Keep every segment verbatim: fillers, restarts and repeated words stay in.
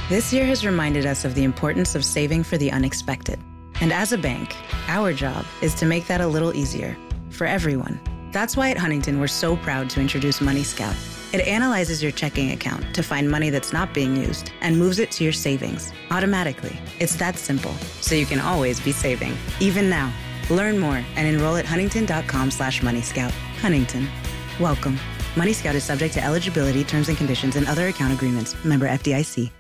This year has reminded us of the importance of saving for the unexpected. And as a bank, our job is to make that a little easier for everyone. That's why at Huntington, we're so proud to introduce Money Scout. It analyzes your checking account to find money that's not being used and moves it to your savings automatically. It's that simple, so you can always be saving, even now. Learn more and enroll at huntington.com slash Money Scout. Huntington. Welcome. Money Scout is subject to eligibility, terms and conditions, and other account agreements. Member F D I C.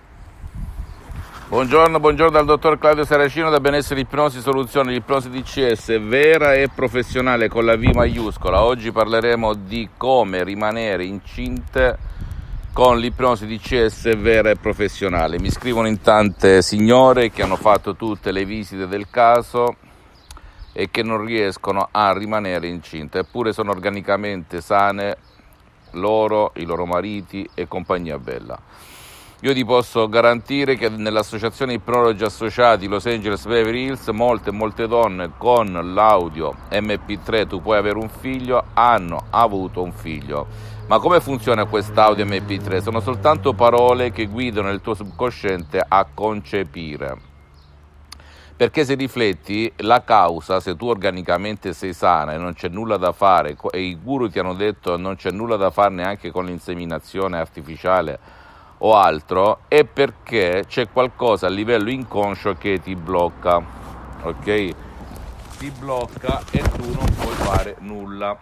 Buongiorno, buongiorno dal dottor Claudio Saracino da Benessere Ipnosi Soluzioni, l'ipnosi D C S vera e professionale con la V maiuscola. Oggi parleremo di come rimanere incinte con l'ipnosi D C S vera e professionale. Mi scrivono in tante signore che hanno fatto tutte le visite del caso e che non riescono a rimanere incinte, eppure sono organicamente sane loro, i loro mariti e compagnia bella. Io ti posso garantire che nell'associazione Ipnologi Associati Los Angeles Beverly Hills molte molte donne con l'audio M P tre tu puoi avere un figlio hanno avuto un figlio. Ma come funziona quest'audio M P tre? Sono soltanto parole che guidano il tuo subconsciente a concepire. Perché se rifletti la causa, se tu organicamente sei sana e non c'è nulla da fare, e i guru ti hanno detto non c'è nulla da fare neanche con l'inseminazione artificiale o altro, è perché c'è qualcosa a livello inconscio che ti blocca, ok? Ti blocca e tu non puoi fare nulla.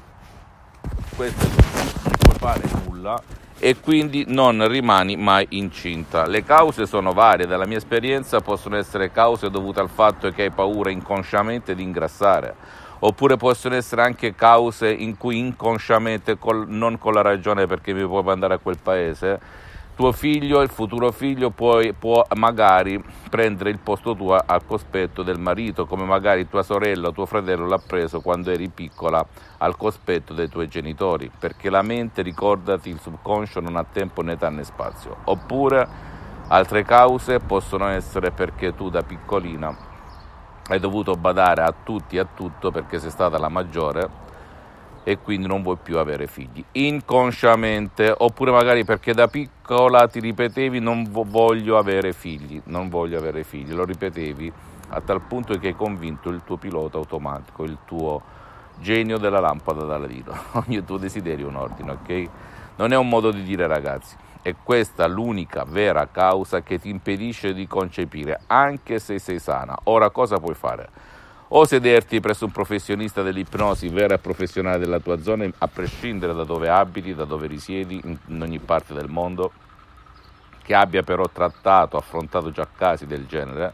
Questo è tutto, non puoi fare nulla e quindi non rimani mai incinta. Le cause sono varie, dalla mia esperienza possono essere cause dovute al fatto che hai paura inconsciamente di ingrassare, oppure possono essere anche cause in cui inconsciamente, col, non con la ragione perché mi puoi mandare a quel paese, tuo figlio, il futuro figlio, puoi, può magari prendere il posto tuo al cospetto del marito, come magari tua sorella o tuo fratello l'ha preso quando eri piccola al cospetto dei tuoi genitori, perché la mente, ricordati, il subconscio non ha tempo né età né spazio. Oppure altre cause possono essere perché tu da piccolina hai dovuto badare a tutti e a tutto perché sei stata la maggiore e quindi non vuoi più avere figli, inconsciamente, oppure magari perché da piccola ti ripetevi non voglio avere figli, non voglio avere figli, lo ripetevi a tal punto che hai convinto il tuo pilota automatico, il tuo genio della lampada da ladino, ogni tuo desiderio è un ordine, ok? Non è un modo di dire, ragazzi, è questa l'unica vera causa che ti impedisce di concepire, anche se sei sana. Ora cosa puoi fare? O sederti presso un professionista dell'ipnosi vera e professionale della tua zona, a prescindere da dove abiti, da dove risiedi, in ogni parte del mondo, che abbia però trattato, affrontato già casi del genere,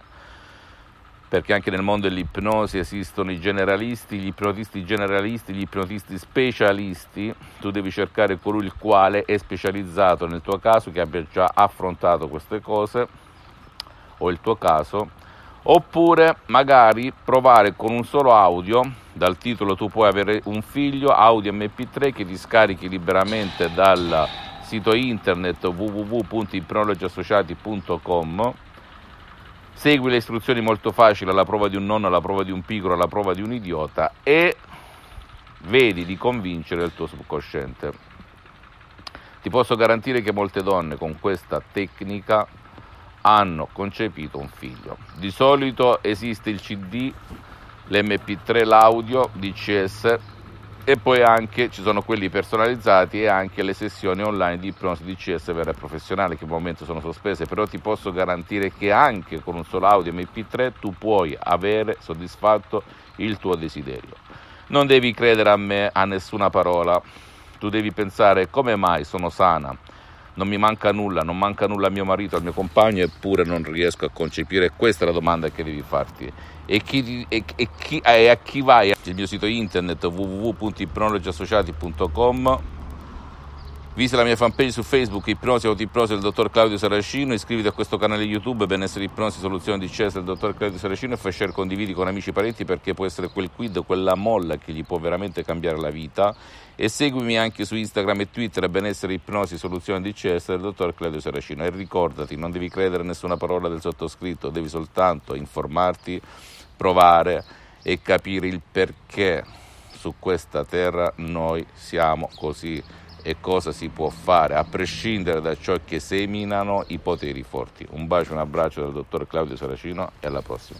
perché anche nel mondo dell'ipnosi esistono i generalisti, gli ipnotisti generalisti, gli ipnotisti specialisti. Tu devi cercare colui il quale è specializzato nel tuo caso, che abbia già affrontato queste cose, o il tuo caso. Oppure magari provare con un solo audio, dal titolo tu puoi avere un figlio, audio M P tre che ti scarichi liberamente dal sito internet w w w punto ipnologi associati punto com. Segui le istruzioni molto facili, alla prova di un nonno, alla prova di un piccolo, alla prova di un idiota, e vedi di convincere il tuo subconsciente. Ti posso garantire che molte donne con questa tecnica hanno concepito un figlio. Di solito esiste il C D, l'M P tre, l'audio, D C S, e poi anche ci sono quelli personalizzati e anche le sessioni online di ipnosi D C S vera e professionale, che al momento sono sospese, però ti posso garantire che anche con un solo audio M P tre tu puoi avere soddisfatto il tuo desiderio. Non devi credere a me, a nessuna parola, tu devi pensare: come mai sono sana? Non mi manca nulla, non manca nulla a mio marito, al mio compagno, eppure non riesco a concepire. Questa è la domanda che devi farti. E, chi, e, e, chi, e a chi vai? Il mio sito internet w w w punto ipnologi associati punto com. Visita la mia fanpage su Facebook, Ipnosi Autoipnosi del dottor Claudio Saracino, iscriviti a questo canale YouTube, Benessere Ipnosi Soluzioni D C S del dottor Claudio Saracino, e fai share, condividi con amici e parenti, perché può essere quel quid, quella molla che gli può veramente cambiare la vita. E seguimi anche su Instagram e Twitter, Benessere Ipnosi Soluzioni D C S del dottor Claudio Saracino. E ricordati, non devi credere a nessuna parola del sottoscritto, devi soltanto informarti, provare e capire il perché su questa terra noi siamo così e cosa si può fare a prescindere da ciò che seminano i poteri forti. Un bacio e un abbraccio dal dottor Claudio Saracino e alla prossima.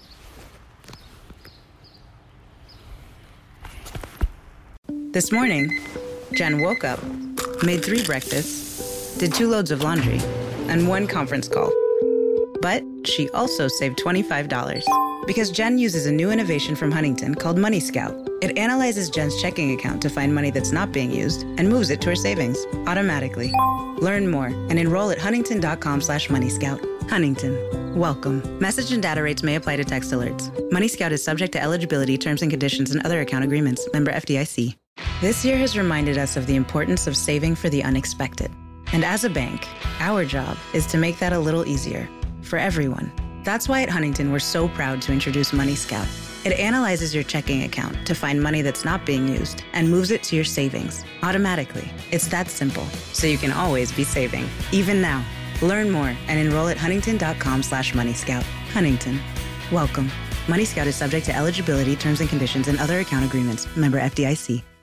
This morning, Jen woke up, made three breakfasts, did two loads of laundry, and one conference call. But she also saved twenty-five dollars because Jen uses a new innovation from Huntington called Money Scout. It analyzes Jen's checking account to find money that's not being used and moves it to her savings automatically. Learn more and enroll at huntington.com slash Money Scout. Huntington. Welcome. Message and data rates may apply to text alerts. Money Scout is subject to eligibility, terms and conditions, and other account agreements. Member F D I C. This year has reminded us of the importance of saving for the unexpected. And as a bank, our job is to make that a little easier for everyone. That's why at Huntington, we're so proud to introduce Money Scout. It analyzes your checking account to find money that's not being used and moves it to your savings automatically. It's that simple, so you can always be saving, even now. Learn more and enroll at huntington.com slash Money Scout. Huntington. Welcome. Money Scout is subject to eligibility, terms and conditions, and other account agreements. Member F D I C.